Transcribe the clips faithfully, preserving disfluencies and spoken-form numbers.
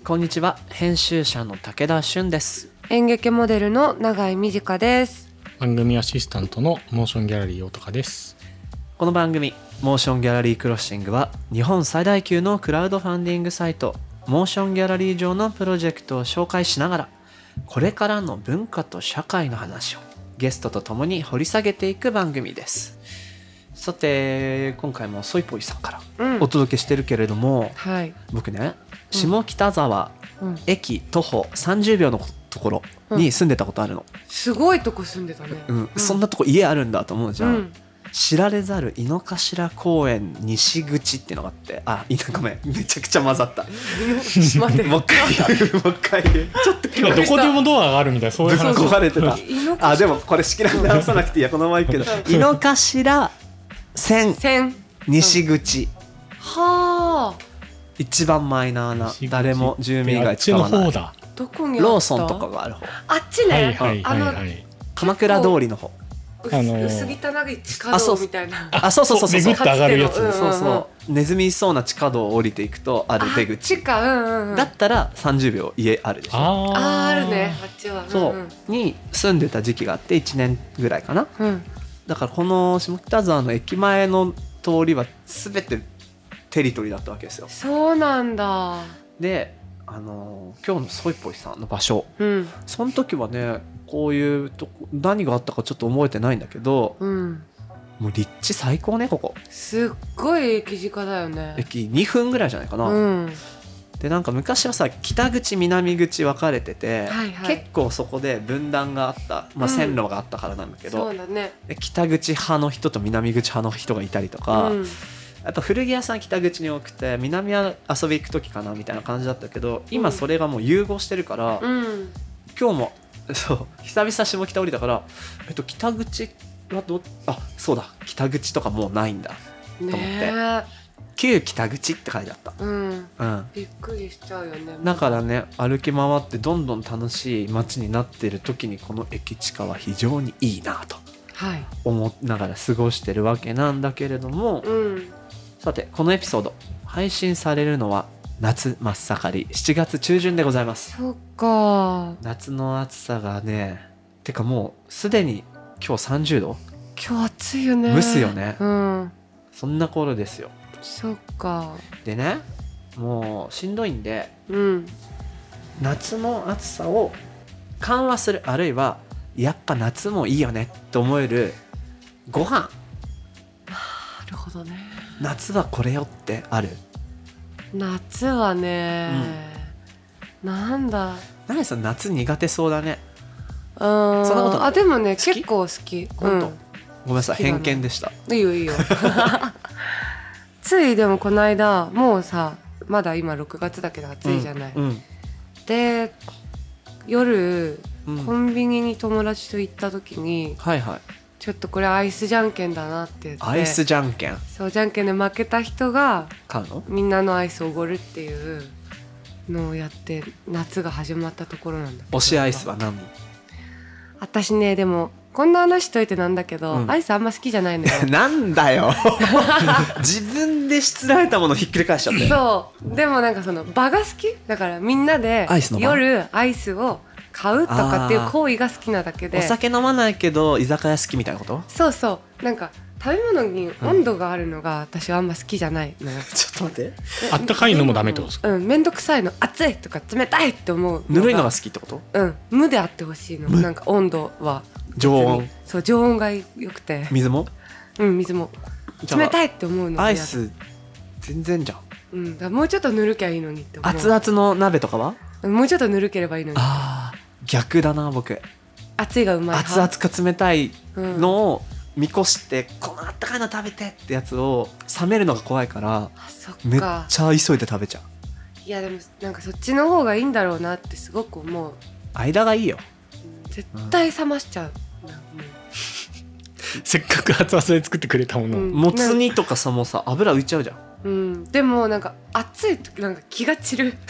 こんにちは、編集者の武田俊です。 演劇モデルの永井美智香です。 番組アシスタントのモーションギャラリー大高です。 この番組モーションギャラリークロッシングは日本最大級のクラウドファンディングサイトモーションギャラリー上のプロジェクトを紹介しながら、これからの文化と社会の話をゲストとともに掘り下げていく番組です。さて今回もソイポイさんからお届けしてるけれども、うんはい、僕ね下北沢、うん、駅徒歩さんじゅうびょうのところに住んでたことあるの、 うん、すごいとこ住んでたね、 うんうん、そんなとこ家あるんだと思うじゃん、うん、知られざる井の頭公園西口っていうのがあって、あ、いいな、ごめんめちゃくちゃ混ざった待ってもう一回言うもう一回言うちょっと今どこでもドアがあるみたいなそういう話ぶっ壊れてたあ、でもこれ仕切ら直さなくていいやこのままいいけど井の頭線西口、うん、はあ一番マイナーな誰も住民以外使わないどこにあったローソンとかがある方あっちね、 はいはいはいはい、 鎌倉通りの方あのー、薄汚い地下道みたいなあそうそうそうそう巡って上がるやつ、 うんうんうん、そうそうネズミそうな地下道を降りていくとある出口地下、うんうんうん、 だったらさんじゅうびょう家あるでしょあああるねあっちは、 そう、うんうん、に住んでた時期があっていちねんぐらいかな、うん、だからこの下北沢の駅前の通りは全てテリトリーだったわけですよ。 そうなんだ。であの今日のソイポイさんの場所、うん、その時はねこういうとこ何があったかちょっと覚えてないんだけど、うん、もう立地最高ねここすっごい駅近だよね。 駅にふんぐらいじゃないかな、うん、でなんか昔はさ北口南口分かれてて、はいはい、結構そこで分断があった、まあ、線路があったからなんだけど、 うん、そうだね、 で北口派の人と南口派の人がいたりとか、うん、あと古着屋さん北口に多くて南は遊び行く時かなみたいな感じだったけど今それがもう融合してるから、うん、今日もそう久々下北降りたから、えっと、北口はどあそうだ北口とかもうないんだと思って、ね、旧北口って書いてあった、 うんうん、びっくりしちゃうよね。 だからね歩き回ってどんどん楽しい街になってる時にこの駅近は非常にいいなと思いながら過ごしてるわけなんだけれども、うん、さてこのエピソード配信されるのは夏真っ盛りしちがつ中旬でございます。 そっか夏の暑さがねてかもうすでに今日さんじゅうど今日暑いよね蒸すよね、 うん、 そんな頃ですよ。 そっかでねもうしんどいんで、うん、夏の暑さを緩和するあるいはやっぱ夏もいいよねって思えるご飯なるほどね。 夏はこれよってある？ 夏はね、うん、なんだ何さ夏苦手そうだね。 うんそんなことない。あでもね結構好き。 本当、うん、ごめんなさい、ね、偏見でした。 いいよいいよついでもこの間もうさまだ今ろくがつだけど暑いじゃない、うんうん、で夜、うん、コンビニに友達と行った時に、はいはい、ちょっとこれアイスじゃんけんだなって言ってアイスじゃんけんそうじゃんけんで負けた人が買うのみんなのアイスをおごるっていうのをやって夏が始まったところなんだけど。 推しアイスは何？ 私ねでもこんな話しといてなんだけど、うん、アイスあんま好きじゃないのよなんだよ自分でしつらえたものひっくり返しちゃって。 そうでもなんかその場が好きだからみんなで夜アイスを買うとかっていう行為が好きなだけで。 お酒飲まないけど居酒屋好きみたいなこと？ そうそうなんか食べ物に温度があるのが私はあんま好きじゃないのよ、うん、 ちょっと待ってあったかいのもダメってことですか？ うんめんどくさいの熱いとか冷たいって思うぬるいのが好きってこと？ うん無であってほしいの。なんか温度は常温そう常温がよくて水もうん水も冷たいって思うの。 アイス全然じゃん、 うん、だからもうちょっとぬるきゃいいのにって思う。 熱々の鍋とかはもうちょっとぬるければいいのに。 あ逆だな僕。 熱いがうまい熱々か冷たいのを見越して、うん、このあったかいの食べてってやつを冷めるのが怖いからめっちゃ急いで食べちゃう。 いやでもなんかそっちの方がいいんだろうなってすごく思う。 間がいいよ、 うん、絶対冷ましちゃう、うん、 せっかく熱々で作ってくれたもの、 うん、もつ煮とかさもうさ油浮いちゃうじゃん、 うん、でもなんか熱いとなんか気が散る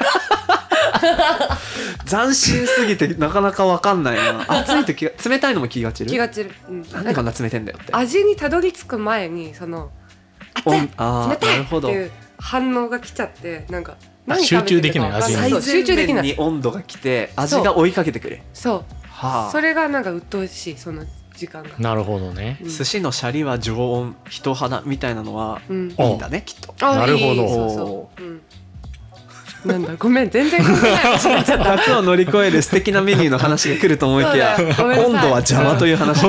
斬新すぎてなかなか分かんないな。熱いと気が冷たいのも気が散る。 気が散る、うん、 なんでこんな冷てんだよって。 味にたどり着く前にその熱い冷たいっていう反応が来ちゃってなんか何集中できない味にそう集中できない最前面に温度が来て味が追いかけてくる。 そう、 はあ、 それがなんか鬱陶しいその時間が、 なるほどね。 うん寿司のシャリは常温人肌みたいなのはうんいいんだね、きっと。 あなるほどいいそうそう、うん、なんだごめん全然考えない話になっちゃった夏を乗り越える素敵なメニューの話が来ると思いきやそうだよごめんなさい温度は邪魔という話。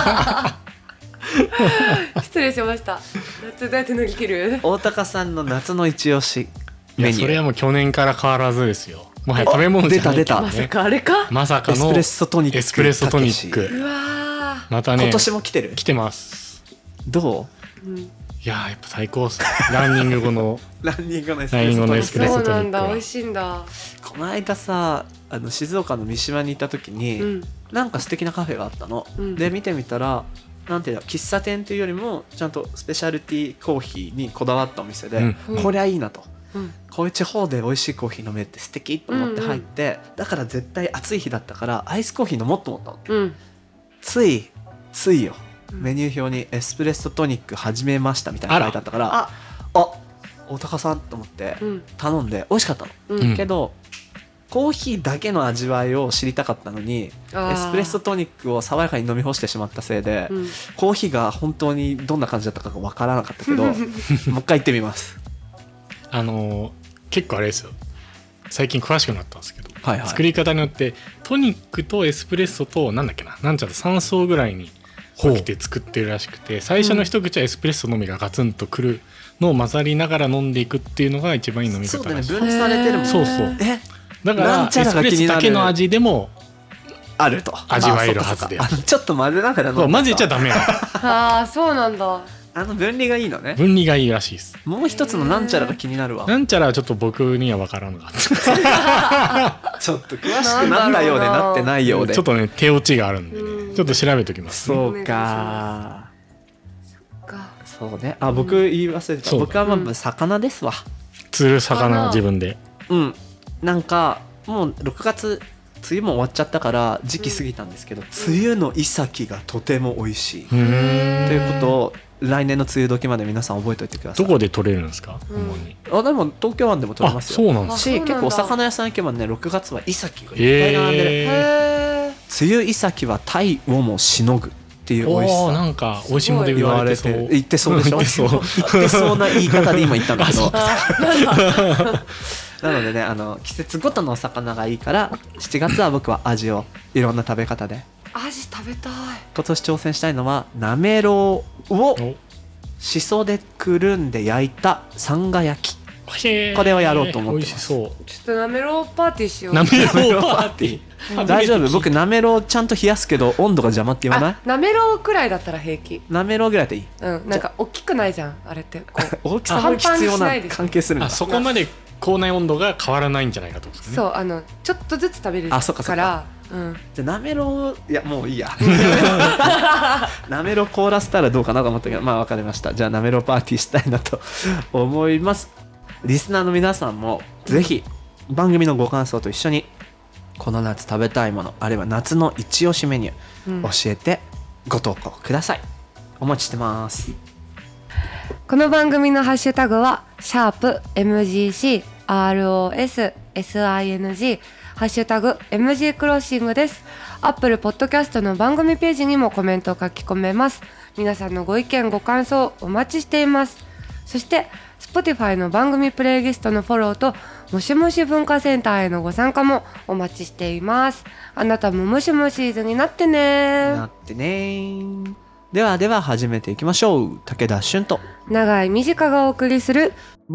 失礼しました。夏どうやって乗り切る？ 大高さんの夏の一押しいやメニュー。 それはもう去年から変わらずですよ。もはや食べ物じゃないけど出た出まさね。 かあれか？ まさかのエスプレッソトニック。 エスプレッソトニックうわまたね今年も来てる来てます。 どー、うん、 いやーやっぱ最高っすね。ランニング後のうランニングのエスプランニングのエスプレッソそうなんだトニックは美味しいんだ。 この間さあの静岡の三島に行った時に、 うんなんか素敵なカフェがあったの、 うんで見てみたらなんていうの喫茶店というよりもちゃんとスペシャルティーコーヒーにこだわったお店で、 うんうんこりゃいいなと、 うんこういう地方で美味しいコーヒー飲めって素敵と思って入って、だから絶対暑い日だったからアイスコーヒー飲もうと思ったの。 うんついついようんメニュー表にエスプレッソトニック始めましたみたいなの書いてあったからああ大高さんと思ってうん頼んで美味しかったの、 うん、 うんけどコーヒーだけの味わいを知りたかったのにエあースプレッソトニックを爽やかに飲み干してしまったせいで、 うんコーヒーが本当にどんな感じだったかが分からなかったけどもう一回行ってみます。 あのー結構あれですよ。最近詳しくなったんですけど、 はいはい作り方によってトニックとエスプレッソとなんだっけななんちゃらさん層ぐらいに分けて作ってるらしくて、最初の一口はエスプレッソのみがガツンとくるのを混ざりながら飲んでいくっていうのが一番いい飲みそうだね方らしい。 分離されてるもん。 そうそうえだからなんちゃらエスプレッソが気になるだけの味でもあると味わえるはずであそうかそうかあのちょっと混ぜながら飲んでそう混ぜちゃダメなの。 ああそうなんだ。 あの分離がいいのね。 分離がいいらしいです。 もう一つのなんちゃらが気になるわ。 なんちゃらはちょっと僕には分からんのかった。 ちょっと詳しくなったようでなってないようでちょっとね手落ちがあるんでね、 うんちょっと調べときます。 そうかかそうねあ僕言い忘れてた、 そう僕はまうんあ魚ですわ。 釣る魚自分で。 うんなんかもうろくがつ梅雨も終わっちゃったから時期過ぎたんですけど、梅雨のイサキがとても美味しい、 うーんということを来年の梅雨時まで皆さん覚えておいてください。 どこで取れるんですか、 うん主に。 あでも東京湾でも取れあますよ。 そうなんですしあそうなんだ結構お魚屋さん行けばねろくがつはイサキがいっぱい並んでる、 えー、 へえ。 梅雨イサキはタイをもしのぐっていう美味しさおーなんか美味しいもので言われてそう。 言ってそうでしょ言ってそう言ってそうな言い方で今言ったんだけどあなんだ。 なのでねあの季節ごとのお魚がいいからしちがつは僕は味をいろんな食べ方で味食べたい。 今年挑戦したいのはなめろうをおしそでくるんで焼いたさんが焼き。 へーこれをやろうと思ってます美味しそちょっとなめろうパーティーしよう。 う。なめろうパーティー。 大丈夫僕なめろうちゃんと冷やすけど温度が邪魔って言わないあなめろうくらいだったら平気。 なめろうぐらいでいい。 うんなんか大きくないじゃんあれってこう。 大きさも必要なパンパンにしないでしょ関係するんだあそこまで口内温度が変わらないんじゃないかと思うんですね。 そうあのちょっとずつ食べるあそっかそっかから。うん。 じゃあなめろういやもういいやなめろう凍らせたらどうかなと思ったけどまあ分かりました。じゃあなめろうパーティーしたいなと思います。リスナーの皆さんもぜひ番組のご感想と一緒にこの夏食べたいものあるいは夏の一押しメニュうんー教えてご投稿ください。お待ちしてます。 この番組のハッシュタグはシャープ エムジーシー アールオーエス エスアイエヌジー ハッシュタグ エムジー クロッシングです。アップルポッドキャストの番組ページにもコメントを書き込めます。皆さんのご意見ご感想お待ちしています。そして Spotify の番組プレイリストのフォローともしもし文化センターへのご参加もお待ちしています。あなたももしもしーずになってね。 なってね。ではでは始めていきましょう。武田俊と長い短がお送りする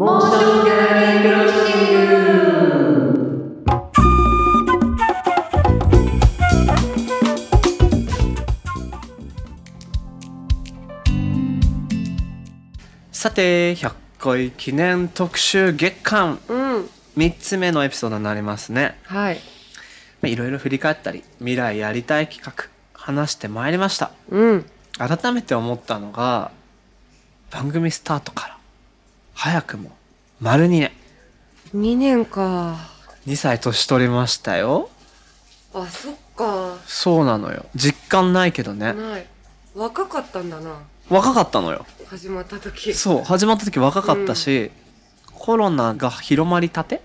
さてひゃっかい記念特集月間うんみっつめのエピソードになりますね。 はいまあいろいろ振り返ったり未来やりたい企画話してまいりました。 うん改めて思ったのが番組スタートから早くも丸にねんにねんか。 にさい年取りましたよ。 あそっか。 そうなのよ。実感ないけどねない若かったんだな若かったのよ。 始まった時。 そう始まった時若かったし、コロナが広まりたて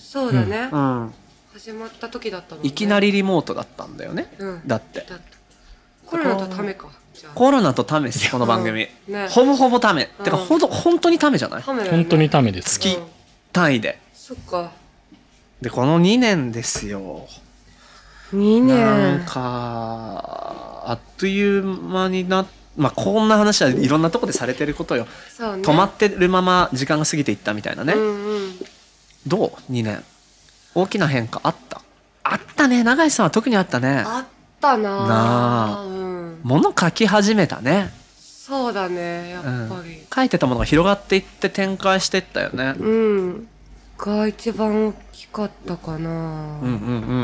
そうだね、 うん、 始まった時だったもんね。 いきなりリモートだったんだよね、 うん、 だってだったコロナとためかじゃあコロナとためですこの番組、 うんね、 ほぼほぼため、 うん、 てかほんと本当にためじゃない、 ためだよね、 本当にためです、 月単位で、 そっかでこのにねんですよ。 にねんなんかあっという間にな、まあこんな話はいろんなとこでされてることよ、 そうね、 止まってるまま時間が過ぎていったみたいなね、 うんうん、 どうにねん大きな変化あった？あったね、永井さんは特にあったね。 あったななあ、うん、物書き始めたね。 そうだね、やっぱり、うん、 書いてたものが広がっていって展開していったよね。 うんが一番大きかったかな。うんうんうん。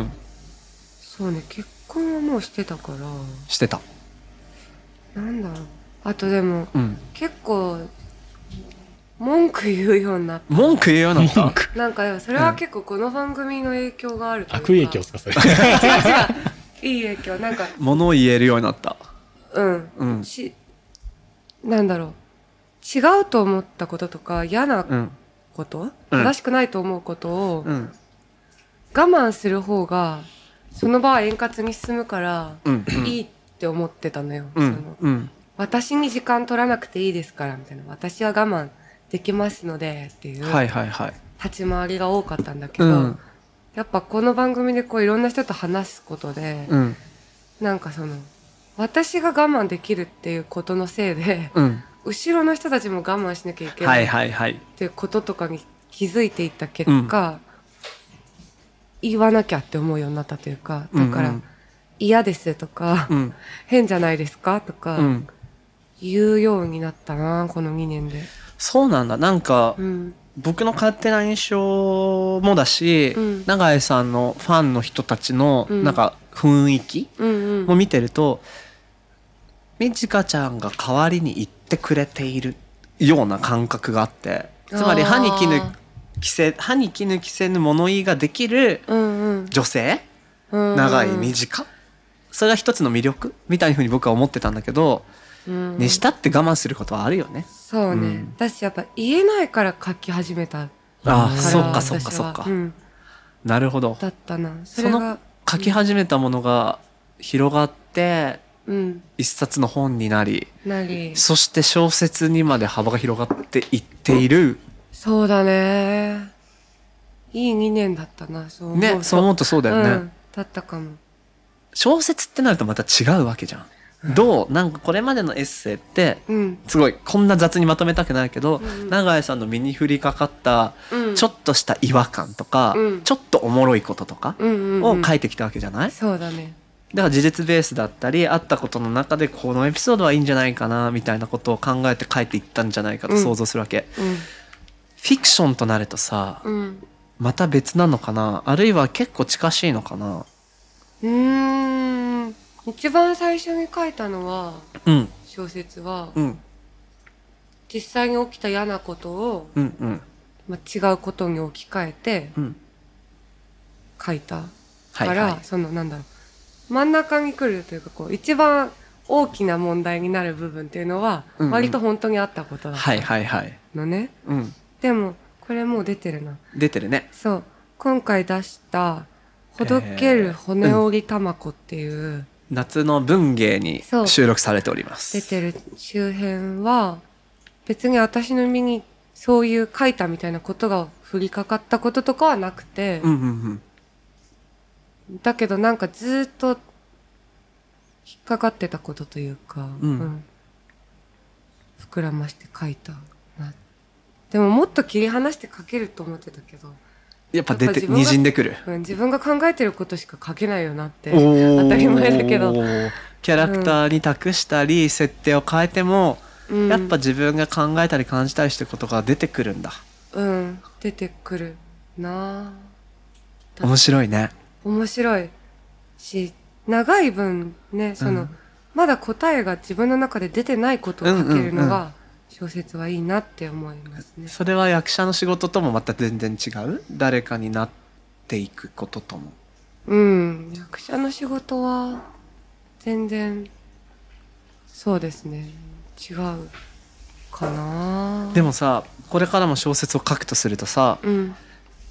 そうね、結婚はもうしてたから。 してた。 なんだろう。あとでも、うん、結構文句言うようになった。 文句言うようになった。 なんかそれは結構この番組の影響があるというか。 悪影響ですかそれ。 違う違う。いい影響。なんか物を言えるようになった。 うん。うん。し、なんだろう。違うと思ったこととか嫌なこと、うん、正しくないと思うことを、うん、我慢する方がその場は円滑に進むから、うんうん、いいって思ってたのよ。うん、そのうん、私に時間取らなくていいですからみたいな、私は我慢できますのでっていう立ち回りが多かったんだけど、うん、やっぱこの番組でこういろんな人と話すことで、うん、なんかその私が我慢できるっていうことのせいで、うん、後ろの人たちも我慢しなきゃいけないっていうこととかに気づいていった結果、うん、言わなきゃって思うようになったというか、だから、うんうん、嫌ですとか、うん、変じゃないですかとか、うん、言うようになったなこのにねんで。 そうなんだ。なんか、うん、僕の勝手な印象もだし、うん、永井さんのファンの人たちのなんか雰囲気も見てると、みちかちゃんが代わりに言ってくれているような感覚があって、つまり歯に衣着せ歯に衣着せぬ物言いができる女性、うんうん、長い短、それが一つの魅力みたいなふうに僕は思ってたんだけど、うん、にしたって我慢することはあるよね。 そうね、うん、私やっぱ言えないから書き始めた。ああ、そっかそっかそっか、うん、なるほど。 だったな。それがその書き始めたものが広がって、うん、一冊の本になり、なり、そして小説にまで幅が広がっていっている。 そうだね。いいにねんだったな。そう思うとね、そう思うとそうだよね。うん、 だったかも。 小説ってなるとまた違うわけじゃん。うん、どうなんかこれまでのエッセイって、うん、すごいこんな雑にまとめたくないけど、うん、永井さんの身に降りかかったちょっとした違和感とか、うん、ちょっとおもろいこととかを書いてきたわけじゃない、うんうんうん、 そうだね。 だから事実ベースだったりあったことの中でこのエピソードはいいんじゃないかなみたいなことを考えて書いていったんじゃないかと想像するわけ、うんうん、フィクションとなるとさ、うん、また別なのかな、あるいは結構近しいのかな。 うーん、一番最初に書いたのは、うん、小説は、うん、実際に起きた嫌なことを、うんうん、まあ、違うことに置き換えて、うん、書いたから、はいはい、そのなんだろう、真ん中に来るというか、こう一番大きな問題になる部分っていうのは、うんうん、割と本当にあったことだったのね、はいはいはい、うん、でもこれもう出てるな。 出てるね。 そう、今回出したほどける骨折り玉子っていう、うん、 夏の文芸に収録されております。 出てる周辺は別に私の身にそういう書いたみたいなことが降りかかったこととかはなくて、うんうんうん、だけどなんかずっと引っかかってたことというか、うんうん、膨らまして書いたな。でももっと切り離して書けると思ってたけど、 やっぱ出て滲んでくる、 うん、自分が考えてることしか書けないよなって当たり前だけど、 キャラクターに託したり、うん、設定を変えても、うん、やっぱ自分が考えたり感じたりしてることが出てくるんだ。 うん出てくるな。 面白いね。 面白いし、長い分ね、その、うん、まだ答えが自分の中で出てないことを書けるのが、うんうんうん、小説はいいなって思いますね。 それは役者の仕事ともまた全然違う？誰かになっていくこととも。 うん、役者の仕事は全然そうですね、違うかな。 でもさ、これからも小説を書くとするとさ、うん、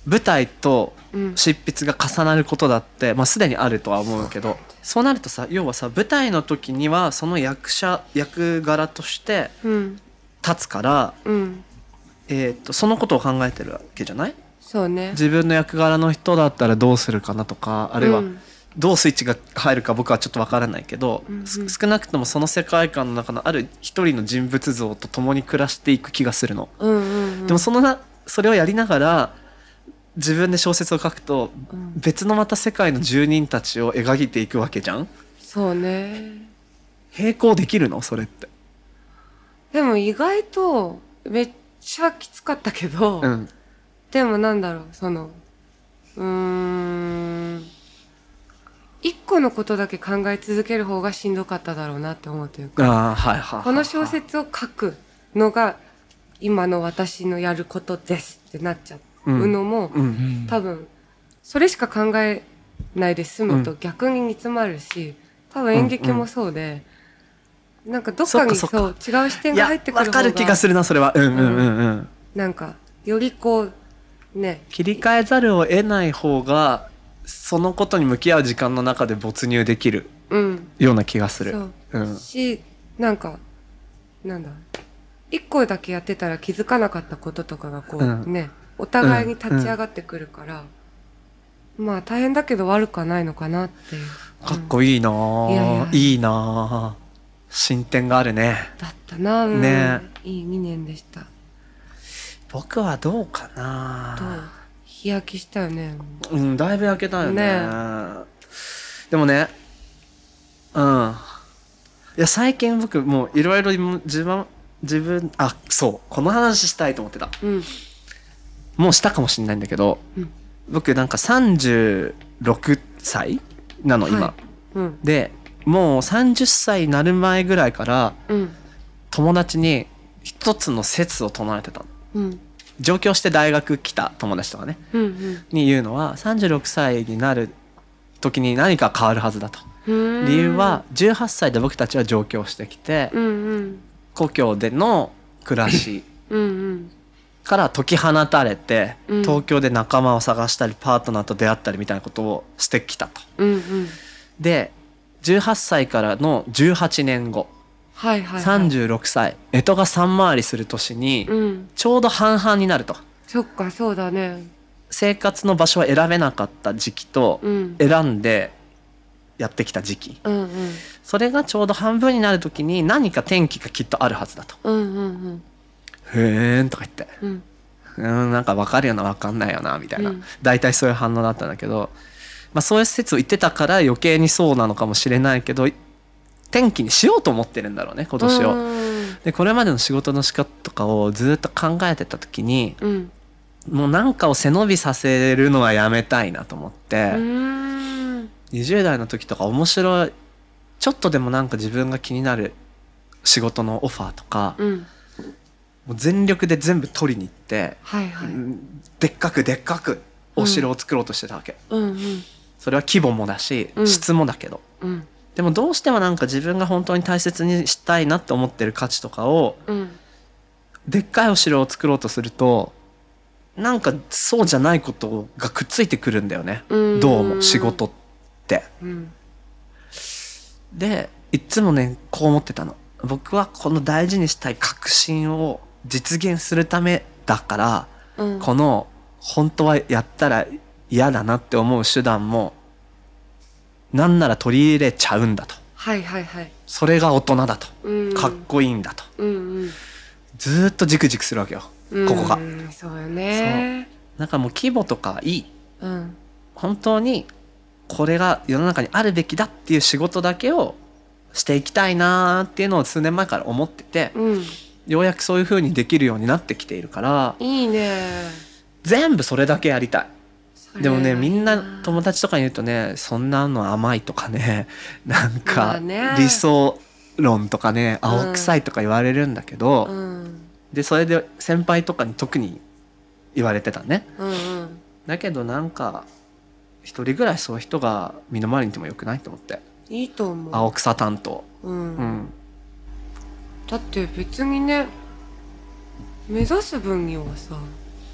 舞台とうん執筆が重なることだって、まあ、すでにあるとは思うけど、そうなるとさ、要はさ舞台の時にはその役者役柄としてうん立つから、 うんえー、とそのことを考えてるわけじゃない？ そうね。 自分の役柄の人だったらどうするかなとか、あるいはうんどうスイッチが入るか僕はちょっとわからないけど、 うんうんす少なくともその世界観の中のある一人の人物像と共に暮らしていく気がするの。 うんうんうんでもそのなそれをやりながら自分で小説を書くとうん別のまた世界の住人たちを描いていくわけじゃん。 そうね。 並行できるのそれって？ でも意外とめっちゃきつかったけど、 うんでもなんだろう、そのうーん一個のことだけ考え続ける方がしんどかっただろうなって思うというか、 ああはいはいはいはい、 この小説を書くのが今の私のやることですってなっちゃうのも、 うんうん多分それしか考えないで済むと逆に煮詰まるし、多分演劇もそうで、なんかどっかにそっかそう違う視点いやが入ってくる方が分かる気がするなそれは。うんうんうんうんなんかよりこうね、 切り替えざるを得ない方がそのことに向き合う時間の中で没入できるうんような気がする。 そううんし、なんかなんだ一個だけやってたら気づかなかったこととかがこう、 うんねお互いに立ち上がってくるから、まあ大変だけど悪くはないのかなっていう。 かっこいいなあ、 いやいやいいなあ、進展があるね。 だったな、うん、 ねいいにねんでした。 僕はどうかどうな。 日焼けしたよね。 うんだいぶ焼けたよね。 ねでもね、うんいや最近僕もういろいろ自分自分あそうこの話したいと思ってた。 うんもうしたかもしれないんだけど、 うん僕なんかさんじゅうろくさいなの今、 はいうんでもうさんじゅっさいになる前ぐらいからうん友達に一つの説を唱えてたの。 うん上京して大学来た友達とかねうんに言うのは、さんじゅうろくさいになる時に何か変わるはずだと。 うん理由はじゅうはっさいで僕たちは上京してきて、 うんうん故郷での暮らしうんうんから解き放たれて、 うん東京で仲間を探したりパートナーと出会ったりみたいなことをしてきたと。 うんうんでじゅうはっさいからのじゅうはちねんご、 はいはい、はい、 さんじゅうろくさい干支がさん回りする年にうんちょうど半々になると。 そっかそうだね。 生活の場所は選べなかった時期とうん選んでやってきた時期、 うんうんそれがちょうど半分になる時に何か転機がきっとあるはずだと。 うんうんへーんとか言ってうんうんなんか分かるよな分かんないよなみたいな、 うん大体そういう反応だったんだけど、まあ、そういう説を言ってたから余計にそうなのかもしれないけど転機にしようと思ってるんだろうね今年を。 うんでこれまでの仕事の仕方とかをずっと考えてた時にうんもうなんかを背伸びさせるのはやめたいなと思って、 うんにじゅう代の時とか面白いちょっとでもなんか自分が気になる仕事のオファーとか、 うんもう全力で全部取りに行って、 はいはいうんでっかくでっかくお城を作ろうとしてたわけ、 うんうんそれは規模もだし、 うん質もだけどうんでもどうしてもなんか自分が本当に大切にしたいなって思ってる価値とかをうんでっかいお城を作ろうとするとなんかそうじゃないことがくっついてくるんだよね、 うんどうも仕事って。 うんでいつもねこう思ってたの。僕はこの大事にしたい確信を実現するためだから、 うんこの本当はやったら嫌だなって思う手段もなんなら取り入れちゃうんだと。 はいはいはいそれが大人だと、 うんかっこいいんだとうんうんずーっとジクジクするわけよ、 うんここが。 そうよねなんかもう規模とかいい、 うん本当にこれが世の中にあるべきだっていう仕事だけをしていきたいなーっていうのを数年前から思ってて、 うんようやくそういう風にできるようになってきているからいいね。 全部それだけやりたい。 それでもねはいいみんな友達とかに言うとねそんなの甘いとかねなんまかあね理想論とかね青臭いとか言われるんだけど、 うんでそれで先輩とかに特に言われてたね。 うんうんだけどなんか一人ぐらいそういう人が身の回りにいてもよくないと思って。 いいと思う。 青草担当、 うんうん、 だって別にね目指す分にはさ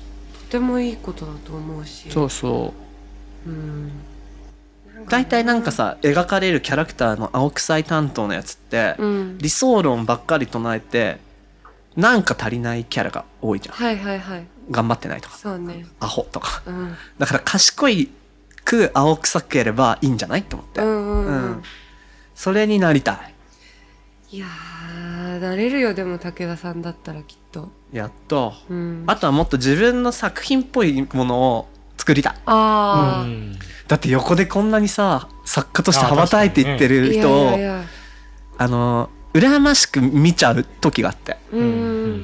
てもいいことだと思うし。 そうそう、うん、 大体なんかさ描かれるキャラクターの青臭い担当のやつって、 うん、 理想論ばっかり唱えてなんか足りないキャラが多いじゃん。 はいはいはい。 頑張ってないとか、 そうね、 アホとか、 うん、 だから賢いく青臭くやればいいんじゃないって思って、 うんうんうんうん、それになりたい。 いやーなれるよ。でも武田さんだったらきっと。 やっと、 うん、 あとはもっと自分の作品っぽいものを作りたい。 あ、うん、 だって横でこんなにさ作家として羽ばたいていってる人を あ,、ね、いやいやいやあの羨ましく見ちゃう時があって、 うん、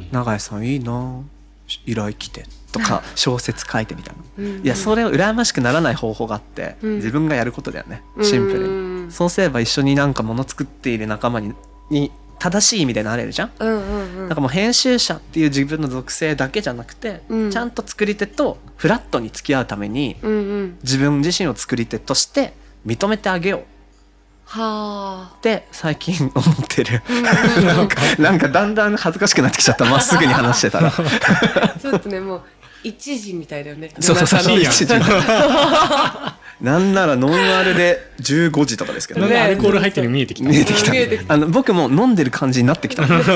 永井さんいいな依頼来てとか小説書いてみたいな、 うん、 いやそれを羨ましくならない方法があって、うん、自分がやることだよね、シンプルに、うん、そうすれば一緒になんかもの作っている仲間にに正しい意味でなれるじゃん、うんうんうん、だからもう編集者っていう自分の属性だけじゃなくて、うん、ちゃんと作り手とフラットに付き合うために、うんうん、自分自身を作り手として認めてあげようはって最近思ってるなんか、なんかだんだん恥ずかしくなってきちゃった。まっすぐに話してたらちょっとねもう一時みたいだよね。 そうそうそう一時なんならノンアルでじゅうごじとかですけどね。 ねアルコール入ってるの見えてきた。 見えてきた。あの僕も飲んでる感じになってきたんで、うん、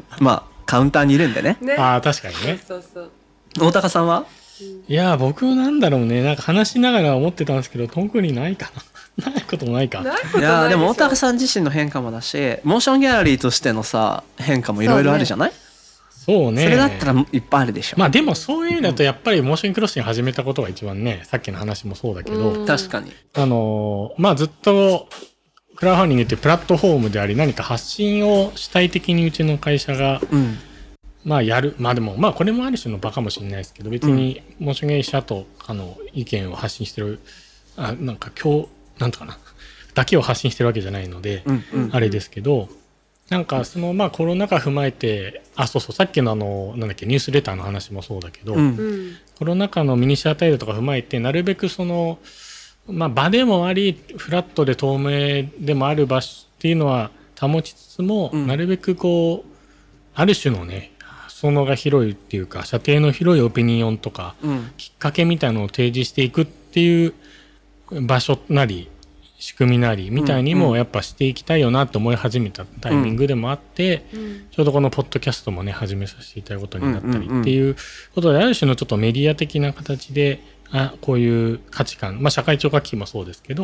まあカウンターにいるんでね。 ねあ確かにね。 そうそう大高さんは？ いや僕なんだろうね、なんか話しながら思ってたんですけど特にないかな。ないこともないか。 いやでも大高さん自身の変化もだし、モーションギャラリーとしてのさ変化もいろいろあるじゃない？ そうね。 それだったらいっぱいあるでしょ。 まあでもそういう意味だとやっぱりモーションクロッシング始めたことが一番ね、さっきの話もそうだけど、 確かにあのまあずっとクラウドファンディングっていうプラットフォームであり何か発信を主体的にうちの会社が、うん、まあやる。まあでもまあこれもある種の場かもしれないですけど、別にモーション芸者とあの意見を発信してるあなんか今日なんとかなだけを発信してるわけじゃないので、うんうん、あれですけど、なんかそのまあコロナ禍踏まえて、あそうそうさっきのあのなんだっけニュースレターの話もそうだけど、うん、コロナ禍のミニシアタイルとか踏まえてなるべくそのまあ場でもありフラットで透明でもある場所っていうのは保ちつつも、うん、なるべくこうある種のね裾野が広いっていうか射程の広いオピニオンとか、うん、きっかけみたいなのを提示していくっていう場所なり仕組みなりみたいにもやっぱしていきたいよなと思い始めたタイミングでもあって、うん、ちょうどこのポッドキャストもね始めさせていただくことになったりっていうことで、ある種のちょっとメディア的な形であこういう価値観、まあ社会聴覚機もそうですけど、うん、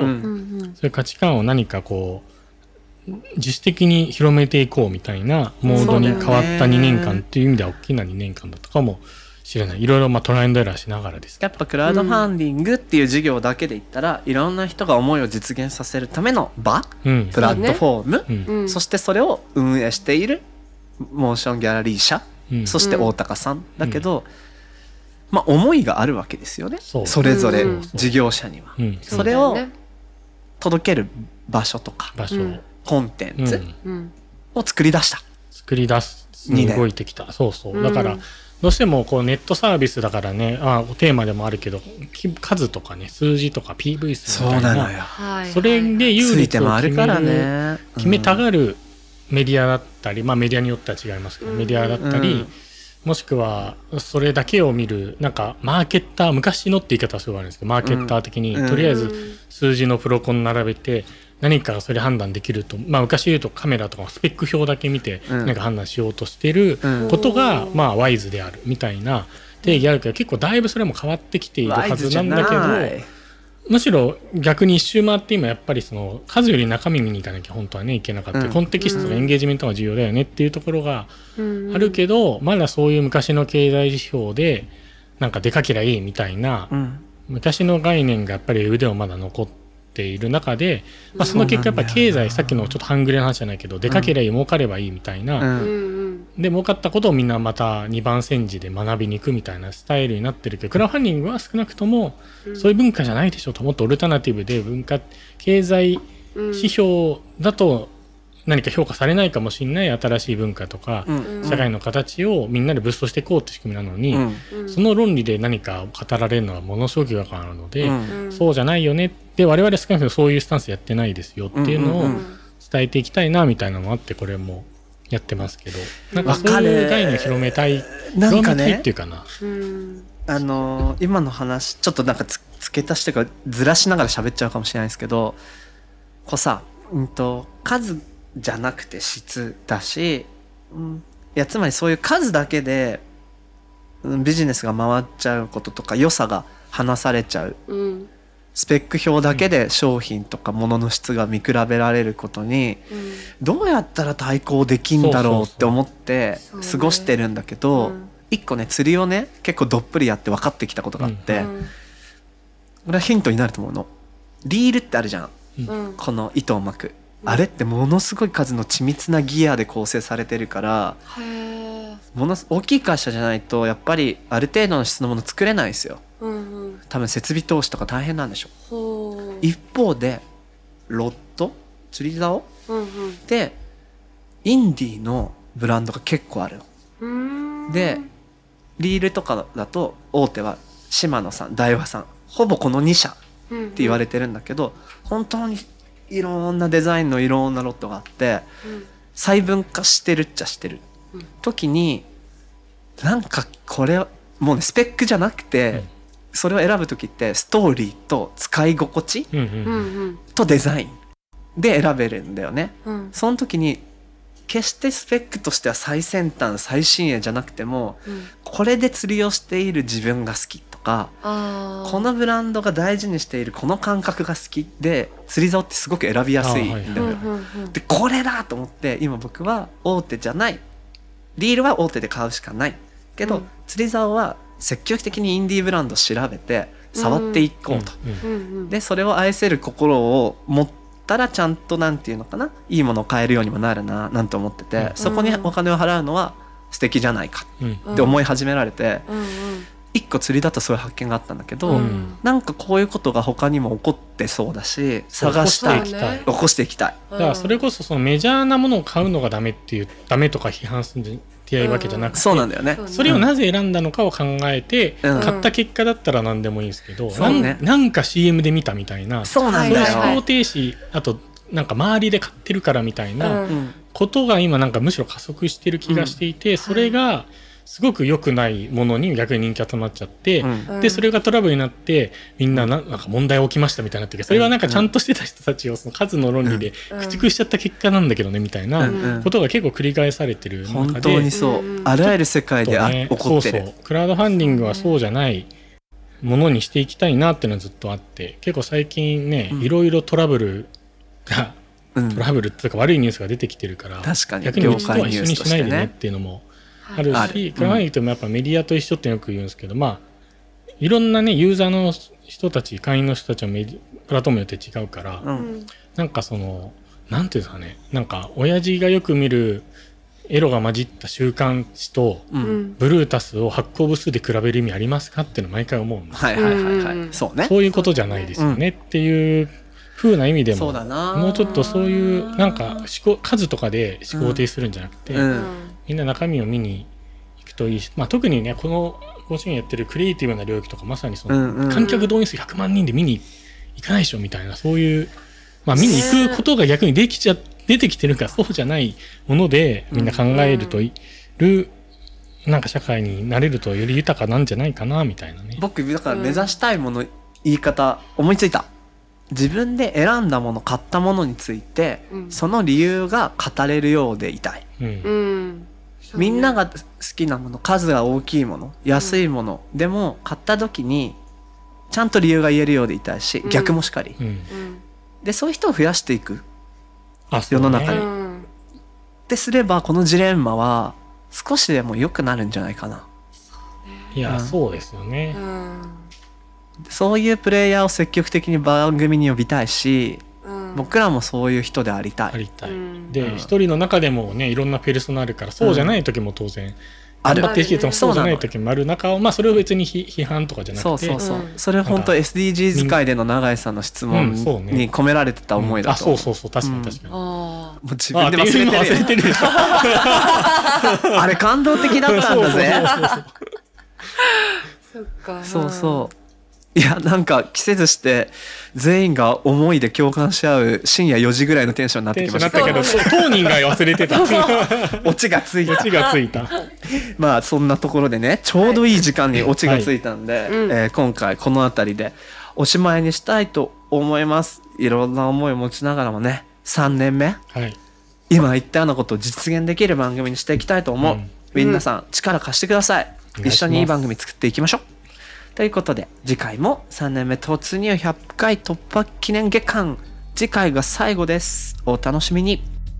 そういう価値観を何かこう自主的に広めていこうみたいなモードに変わったにねんかんっていう意味では大きなにねんかんだったかも知れない。いろいろまあトライアンドエラーしながらです。 やっぱクラウドファンディングっていう事業だけで言ったら、うん、いろんな人が思いを実現させるための場、うん、プラットフォーム、うん、そしてそれを運営しているモーションギャラリー社、うん、そして大高さんだけど、うん、まあ思いがあるわけですよね。そ, それぞれ事業者には、うん、それを届ける場所とか場所、コンテンツを作り出した、 作り出すに動いてきた。そうそうだから、うんどうしてもこうネットサービスだからね、あテーマでもあるけど数とかね数字とか ピーブイ 数みたいな、そうなのよ。それで有利と決める決めたがるメディアだったり、まあメディアによっては違いますけど、メディアだったり、もしくはそれだけを見るなんかマーケッター、昔のって言い方はすごいあるんですけど、マーケッター的にとりあえず数字のプロコン並べて何かそれ判断できると、まあ昔言うとカメラとかスペック表だけ見て何か判断しようとしてることがまあワイズであるみたいな定義あるけど、結構だいぶそれも変わってきているはずなんだけど、むしろ逆に一周回って今やっぱりその数より中身見に行かなきゃ本当はねいけなかった、コンテキストとかエンゲージメントが重要だよねっていうところがあるけど、まだそういう昔の経済指標でなんか出かけりゃいいみたいな昔の概念がやっぱり腕をまだ残ってている中で、まあ、その結果やっぱり経済、さっきのちょっと半グレの話じゃないけど、出かけりゃいい、儲かればいいみたいな、うん、で儲かったことをみんなまたにばん煎じで学びに行くみたいなスタイルになってるけど、クラウドファンディングは少なくともそういう文化じゃないでしょと、もっとオルタナティブで文化経済指標だと何か評価されないかもしれない新しい文化とか、うん、社会の形をみんなでブーストしていこうって仕組みなのに、うん、その論理で何かを語られるのはものすごく違和感あるので、うん、そうじゃないよねって我々少なくともそういうスタンスやってないですよっていうのを伝えていきたいなみたいなのもあって、これもやってますけど、なんかそういう概念を広めたい、広めたいっていうかな、 うんあのー今の話ちょっとなんかつ付け足してかずらしながら喋っちゃうかもしれないですけど、こうさ、うんと数じゃなくて質だし、うん、いやつまりそういう数だけで、うん、ビジネスが回っちゃうこととか良さが話されちゃう、 うん、 スペック表だけで商品とか物の質が見比べられることに、 うん、 どうやったら対抗できんだろうって思ってそうそうそう過ごしてるんだけど、 うん一個ね釣りをね結構どっぷりやって分かってきたことがあって、 うんこれはヒントになると思うの。リールってあるじゃん、 うんこの糸を巻く、 うんあれってものすごい数の緻密なギアで構成されてるから、 へーものす大きい会社じゃないとやっぱりある程度の質のもの作れないですよ。 うんうん、 多分設備投資とか大変なんでしょ。 ほう、 一方でロッド釣り竿うんうんでインディーのブランドが結構あるのうーん、 でリールとかだと大手はシマノさん、ダイワさん、ほぼこのに社って言われてるんだけど、本当にいろんなデザインのいろんなロットがあってうん細分化してるっちゃしてるうん時に、なんかこれもうねスペックじゃなくて、それを選ぶ時ってストーリーと使い心地うんううんんうんとデザインで選べるんだよね。 うんその時に決してスペックとしては最先端最新鋭じゃなくても、 うんこれで釣りをしている自分が好きとか、 あーこのブランドが大事にしているこの感覚が好きで釣り竿ってすごく選びやすいんだよ、 あーはいうんうんうんでこれだと思って今僕は大手じゃない、リールは大手で買うしかないけど、 うん釣り竿は積極的にインディーブランド調べて触っていこうと、 うんうんうんうんでそれを愛せる心を持ったらちゃんとなんていうのかないいものを買えるようにもなるななんて思ってて、 うんそこにお金を払うのは素敵じゃないかうんって思い始められて、 うんうん一個釣りだとそういう発見があったんだけど、 うんなんかこういうことが他にも起こってそうだし探したい起こしていきたい起こしていきたい。 だからそれこそそのメジャーなものを買うのがダメっていうダメとか批判するんじゃないわけじゃなくて、 そうなんだよね。 そうねそれをなぜ選んだのかを考えて、 うん買った結果だったら何でもいいんですけど、 そうねなんなんか シーエム で見たみたいな、 そうなんそういうだよ。 はい思考停止、あとなんか周りで買ってるからみたいなうんうんことが今なんかむしろ加速してる気がしていて、それがすごく良くないものに逆に人気集まっちゃって、 うんでそれがトラブルになってみんなななんか問題起きましたみたいになってるけど、それはなんかちゃんとしてた人たちをその数の論理でうん駆逐しちゃった結果なんだけどねみたいなうんうんことが結構繰り返されてる中で、 本当にそう、 うんあらゆる世界であ、 ね起こってる。 そうそうクラウドファンディングはそうじゃないものにしていきたいなっていうのはずっとあって、結構最近ね、 うんいろいろトラブルがうんトラブルっていうか悪いニュースが出てきてるから、 確かに逆にうちとは一緒にし業界ニュースとしてねないでねっていうのもあるあし、 るクラウドファンディングってもやっぱメディアと一緒ってよく言うんですけど、まあいろんなねユーザーの人たち会員の人たちはメディプラットフォームによって違うから、 ううんんなんかそのなんていうんですかね、なんか親父がよく見るエロが混じった週刊誌とううんんブルータスを発行部数で比べる意味ありますかっていうの毎回思うんです。 はいはいはいはい、 うんそうね。 そういうことじゃないですよねっていう風な意味でも、 そうだな。 もうちょっとそういうなんか思考数とかで思考停止するんじゃなくて、 うんみんな中身を見に行くといいし、まあ、特にねこの甲子園やってるクリエイティブな領域とかまさにその、 うんうん観客動員数ひゃくまんにんで見に行かないでしょみたいな、そういう、まあ、見に行くことが逆にできちゃ出てきてるからそうじゃないものでみんな考えるといる、なんか社会になれるとより豊かなんじゃないかなみたいなね。 僕だから目指したいもの、言い方思いついた。自分で選んだもの買ったものについて、 うんその理由が語れるようでいたい。 うんうんみんなが好きなもの、数が大きいもの、安いもの、でも買った時にちゃんと理由が言えるようでいたいし、 うん逆もしかり、 うんうんでそういう人を増やしていくあそうね世の中にうんってすれば、このジレンマは少しでも良くなるんじゃないかな。 いや、 うんそうですよねう。んそういうプレイヤーを積極的に番組に呼びたいし、 うん僕らもそういう人でありたい。 ありたい。 うんで、 うん一人の中でもねいろんなペルソナあるから、そうじゃない時も当然、 ある頑張ってきててもそそううじゃなのない時もある中を、まあそれを別に批批判とかじゃなくて、 そうそうそう、 うんそれ本当 エスディージーズ 界での永井さんの質問うんそうねに込められてた思いだと思う、 あそうそうそう確かに確かに。 あもう自あ分で忘れてるよっていうの忘れてるでしょ。 あれ感動的だったんだぜそうそうそうそうーそっかそうそういやなんか季節して全員が思いで共感し合う深夜よじぐらいのテンションになってきましたテンションになったけど当人が忘れてたオチがついたオチがついたまあそんなところでねちょうどいい時間にオチがついたんで、はいえー、今回この辺りでおしまいにしたいと思います。いろんな思いを持ちながらもねさんねんめ、はい、今言ったようなことを実現できる番組にしていきたいと思う、うん、皆さん力貸してください、うん、一緒にいい番組作っていきましょうということで次回もさんねんめ突入ひゃっかい突破記念月間次回が最後です。お楽しみに。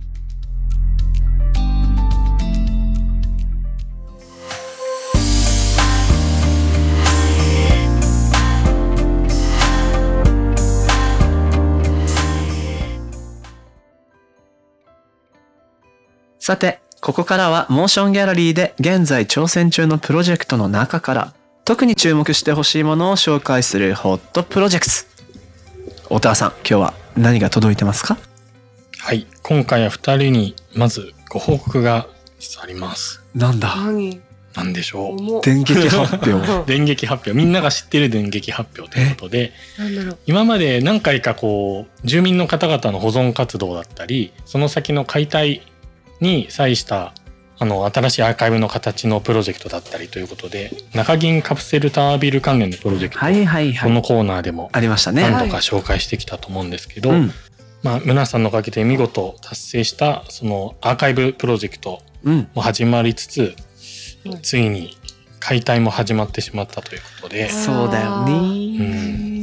さてここからはモーションギャラリーで現在挑戦中のプロジェクトの中から特に注目してほしいものを紹介するホットプロジェクト。大田さん今日は何が届いてますか？ はい、今回はふたりにまずご報告が実はあります。 なんだ何なんでしょう。 電撃発表電撃発表みんなが知ってる電撃発表ということでなんだろう今まで何回かこう住民の方々の保存活動だったりその先の解体に際したあの新しいアーカイブの形のプロジェクトだったりということで中銀カプセルタワービル関連のプロジェクト、はいはいはい、このコーナーでもありましたね何度か紹介してきたと思うんですけど、はいまあ、皆さんのおかげで見事達成したそのアーカイブプロジェクトも始まりつつ、うん、ついに解体も始まってしまったということで、 そうだよね、うん、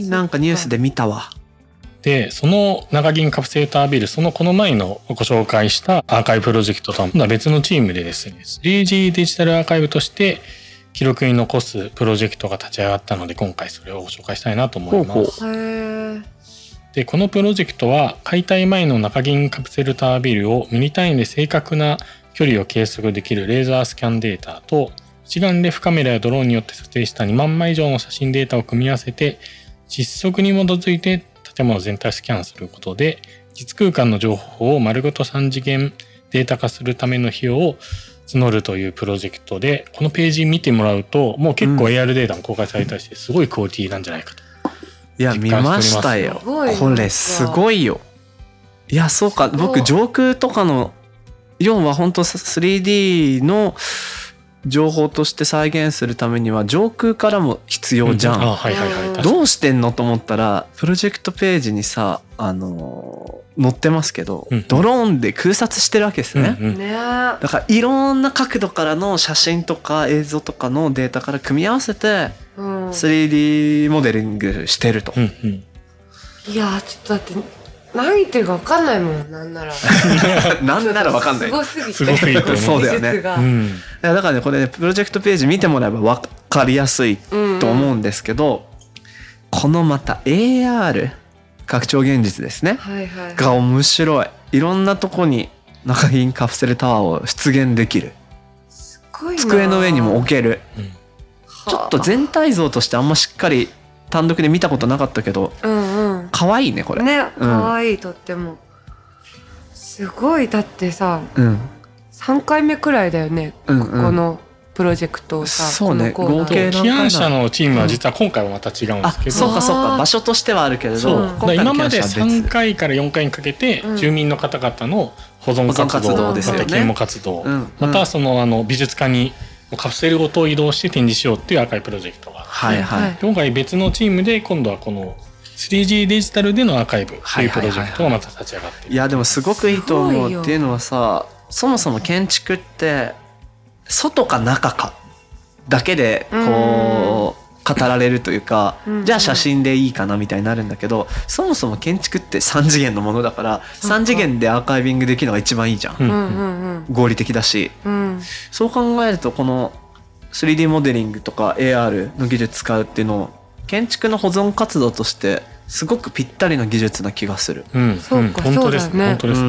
なんかニュースで見たわ。 でその中銀カプセルタワービルそのこの前のご紹介したアーカイブプロジェクトとは別のチームでですね スリージー デジタルアーカイブとして記録に残すプロジェクトが立ち上がったので今回それをご紹介したいなと思います。 ほうほうでこのプロジェクトは解体前の中銀カプセルタワービルをミリ単位で正確な距離を計測できるレーザースキャンデータと一眼レフカメラやドローンによって撮影したにまんまい以上の写真データを組み合わせて実測に基づいて建物全体をスキャンすることで実空間の情報を丸ごとさん次元データ化するための費用を募るというプロジェクトでこのページ見てもらうともう結構 エーアール データも公開されたりしてすごいクオリティなんじゃないかと。 いや見ましたよこれすごいよ。いやそうか僕上空とかの要は本当 スリーディー の情報として再現するためには上空からも必要じゃん、うんあはいはいはい、どうしてんのと思ったらプロジェクトページにさ、あのー、載ってますけど、うん、ドローンで空撮してるわけですね、うんうん、だからいろんな角度からの写真とか映像とかのデータから組み合わせて スリーディー モデリングしてると、うんうん、 いやちょっとだって何言ってるか分かんないもんなんならなんなら分かんないすごすぎてすごすぎて、ね、 そうだよね、うん、だからねこれねプロジェクトページ見てもらえば分かりやすいと思うんですけど、うんうん、このまた エーアール 拡張現実ですね、はいはいはい、が面白い。いろんなとこに中銀カプセルタワーを出現できる。 すごいな。 机の上にも置ける、うん、ちょっと全体像としてあんましっかり単独で見たことなかったけど、うんうん、かわいいねこれねかわいい、うん、とってもすごい。だってさ、うん、さんかいめくらいだよね、うんうん、ここのプロジェクトをさそうね合計起案者のチームは実は今回はまた違うんですけど、うん、 そうかそうか場所としてはあるけれどそう今までさんかいからよんかいにかけて住民の方々の保存活動、うん、また啓蒙活動、うん、またそのあの美術館にカプセルごと移動して展示しようっていうアーカイブプロジェクトが、はいはい、今回別のチームで今度はこの スリージー デジタルでのアーカイブというプロジェクトがまた立ち上がっている、はいはいはい、 いやでもすごくいいと思うっていうのはさそもそも建築って外か中かだけでこう語られるというかじゃあ写真でいいかなみたいになるんだけどそもそも建築ってさん次元のものだからさん次元でアーカイビングできるのが一番いいじゃん、うん、合理的だし、うん、そう考えるとこの スリーディー モデリングとか エーアール の技術使うっていうのを建築の保存活動としてすごくぴったりな技術な気がする、 うん、そうか、うん、そうだね本当ですね、うん、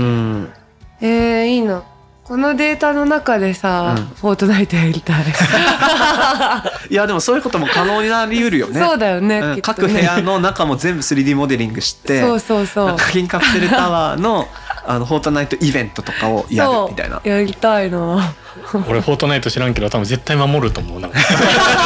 えー、いいな。このデータの中でさ、うん、フォートナイトやりたいいやでもそういうことも可能になりうるよねそうだよね、 うん、各部屋の中も全部 スリーディー モデリングしてそうそうそう中銀カプセルタワーのあのフォートナイトイベントとかをやるみたいな。 やりたいな俺フォートナイト知らんけど多分絶対守ると思うなんか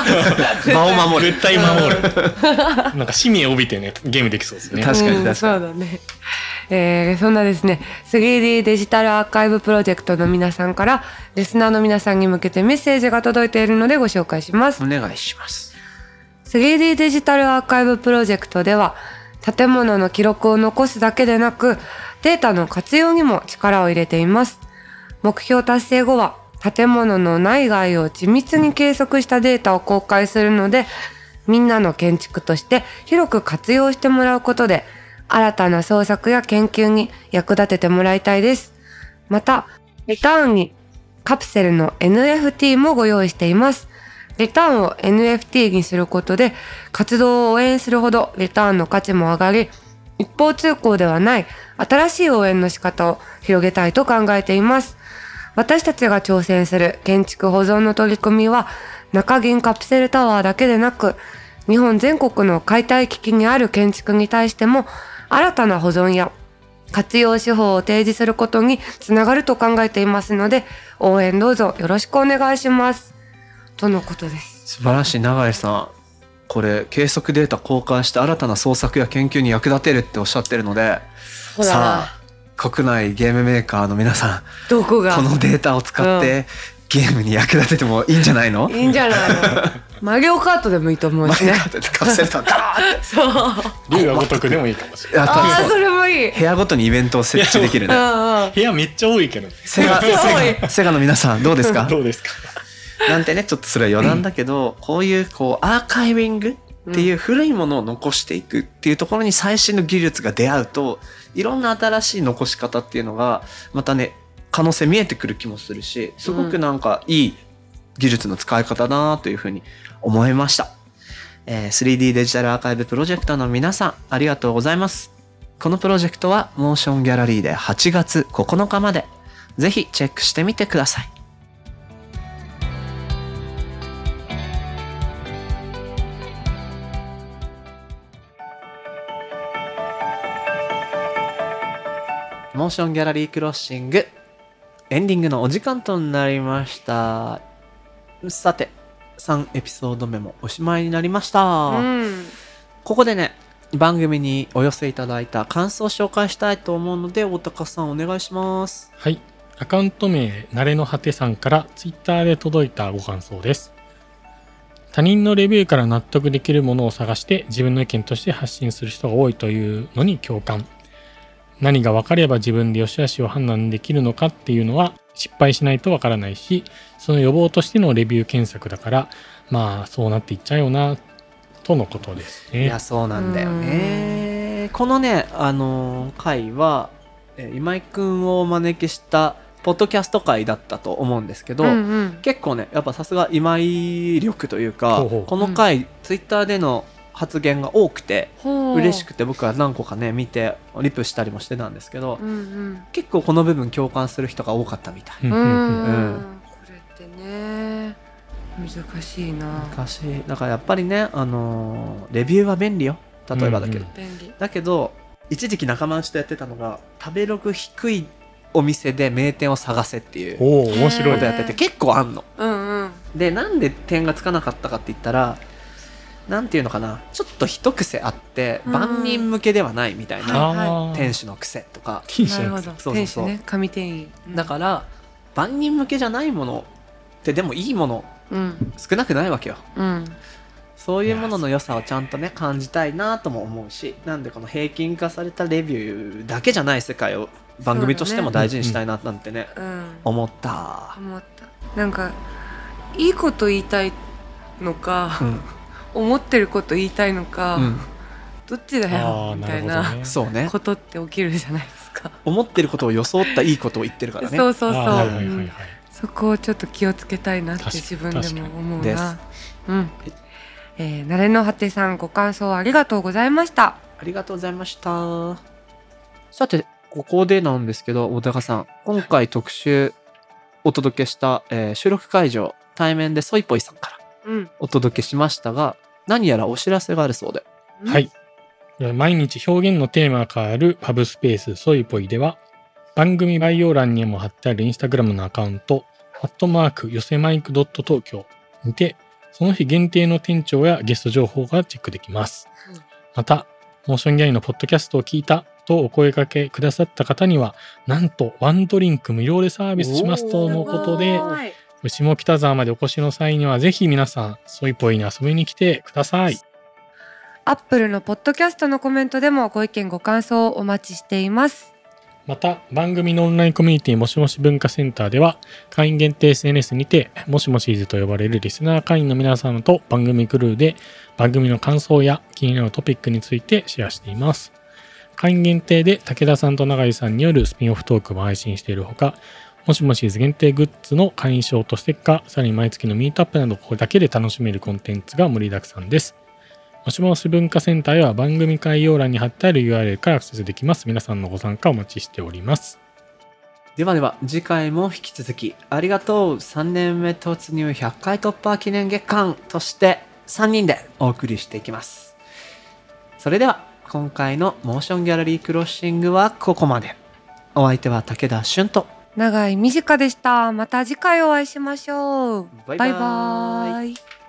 場を守る絶対守るなんか使命を帯びてねゲームできそうですね。 確かに確かに、うん、 そうだね。えー、そんなですね スリーディー デジタルアーカイブプロジェクトの皆さんからリスナーの皆さんに向けてメッセージが届いているのでご紹介します。 お願いします。 スリーディー デジタルアーカイブプロジェクトでは建物の記録を残すだけでなくデータの活用にも力を入れています。目標達成後は建物の内外を緻密に計測したデータを公開するのでみんなの建築として広く活用してもらうことで新たな創作や研究に役立ててもらいたいです。またリターンにカプセルの エヌエフティー もご用意しています。リターンを エヌエフティー にすることで活動を応援するほどリターンの価値も上がり一方通行ではない新しい応援の仕方を広げたいと考えています。私たちが挑戦する建築保存の取り組みは中銀カプセルタワーだけでなく日本全国の解体危機にある建築に対しても新たな保存や活用手法を提示することにつながると考えていますので応援どうぞよろしくお願いしますとのことです。 素晴らしい。永井さんこれ計測データ公開して新たな創作や研究に役立てるっておっしゃってるのでさあ国内ゲームメーカーの皆さんどこがこのデータを使って、うん、ゲームに役立ててもいいんじゃないの？ いいんじゃないのマリオカートでもいいと思うしね。 マリオカートでカプセルタワーガーッそう竜が如くでもいいかもしれない。 ああそれもいい。 部屋ごとにイベントを設置できるね。 部屋めっちゃ多いけどセガセガの皆さんどうですか？ どうですかなんてねちょっとそれは余談だけど、うん、こういうこうアーカイビングっていう古いものを残していくっていうところに最新の技術が出会うといろんな新しい残し方っていうのがまたね可能性見えてくる気もするしすごくなんかいい技術の使い方だなというふうに思いました、えー、スリーディー デジタルアーカイブプロジェクトの皆さんありがとうございます。このプロジェクトはモーションギャラリーではちがつここのかまでぜひチェックしてみてください。モーションギャラリークロッシングエンディングのお時間となりました。さてさんエピソード目もおしまいになりました、うん、ここでね番組にお寄せいただいた感想を紹介したいと思うので大高さんお願いします。 はい、アカウント名なれの果てさんからツイッターで届いたご感想です。他人のレビューから納得できるものを探して自分の意見として発信する人が多いというのに共感。何が分かれば自分で良し悪しを判断できるのかっていうのは失敗しないと分からないしその予防としてのレビュー検索だからまあそうなっていっちゃうよなとのことですね。 いやそうなんだよね。このねあの回は今井くんをお招きしたポッドキャスト回だったと思うんですけど、うんうん、結構ねやっぱさすが今井力というかほうほうこの回、うん、ツイッターでの発言が多くて嬉しくて僕は何個かね見てリプしたりもしてたんですけど、うんうん、結構この部分共感する人が多かったみたい、うんうんうん、 これってね難しいな。 難しい。だからやっぱりね、あのー、レビューは便利よ例えばだけど、うんうん、だけど一時期仲間内とやってたのが食べログ低いお店で名店を探せっていうお面白いことやってて結構あんの、 うんうん、 でなんで点がつかなかったかって言ったらなんていうのかなちょっと一癖あって万人向けではないみたいな、うん、店主の癖とかなるほどそうそうそう店主ね神店員、 うん、だから万人向けじゃないものってでもいいもの、うん、少なくないわけよ、うん、そういうものの良さをちゃんとね感じたいなとも思うしなんでこの平均化されたレビューだけじゃない世界を番組としても大事にしたいななんてね、うん、思った思ったなんかいいこと言いたいのか、うん思ってること言いたいのか、うん、どっちだよみたいな、ね、ことって起きるじゃないですか。 思ってることを装ったいいことを言ってるからね。 そうそうそう、はいはいはいはい、そこをちょっと気をつけたいなって自分でも思うな。うん、えー、なれの果てさんご感想ありがとうございました。 ありがとうございました。さてここでなんですけど大高さん今回特集お届けした、えー、収録会場対面でソイポイさんからお届けしましたが、うん、何やらお知らせがあるそうで。 はい。毎日表現のテーマが変わるパブスペースソイポイでは、番組概要欄にも貼ってあるインスタグラムのアカウント、アットマークよせマイクドット東京にて、 その日限定の店長やゲスト情報がチェックできます。うん、また、モーションギャラリーのポッドキャストを聞いたとお声掛けくださった方には、なんとワンドリンク無料でサービスしますとのことで、下北沢までお越しの際にはぜひ皆さんソイポイに遊びに来てください。 アップルのポッドキャストのコメントでもご意見ご感想をお待ちしています。 また番組のオンラインコミュニティもしもし文化センターでは会員限定 エスエヌエス にてもしもしーずと呼ばれるリスナー会員の皆様と番組クルーで番組の感想や気になるトピックについてシェアしています。会員限定で武田さんと永井さんによるスピンオフトークも配信しているほか、もしもしーず限定グッズの会員証とステッカー、さらに毎月のミートアップなどこれだけで楽しめるコンテンツが盛りだくさんです。もしもし文化センターへは番組概要欄に貼ってある ユーアールエル からアクセスできます。皆さんのご参加お待ちしております。 ではでは次回も引き続きありがとう。さんねんめ突入ひゃっかい突破記念月間としてさんにんでお送りしていきます。それでは今回のモーションギャラリークロッシングはここまで。お相手は武田俊と永井美智香でした。また次回お会いしましょう。 バイバイ。 バイバイ。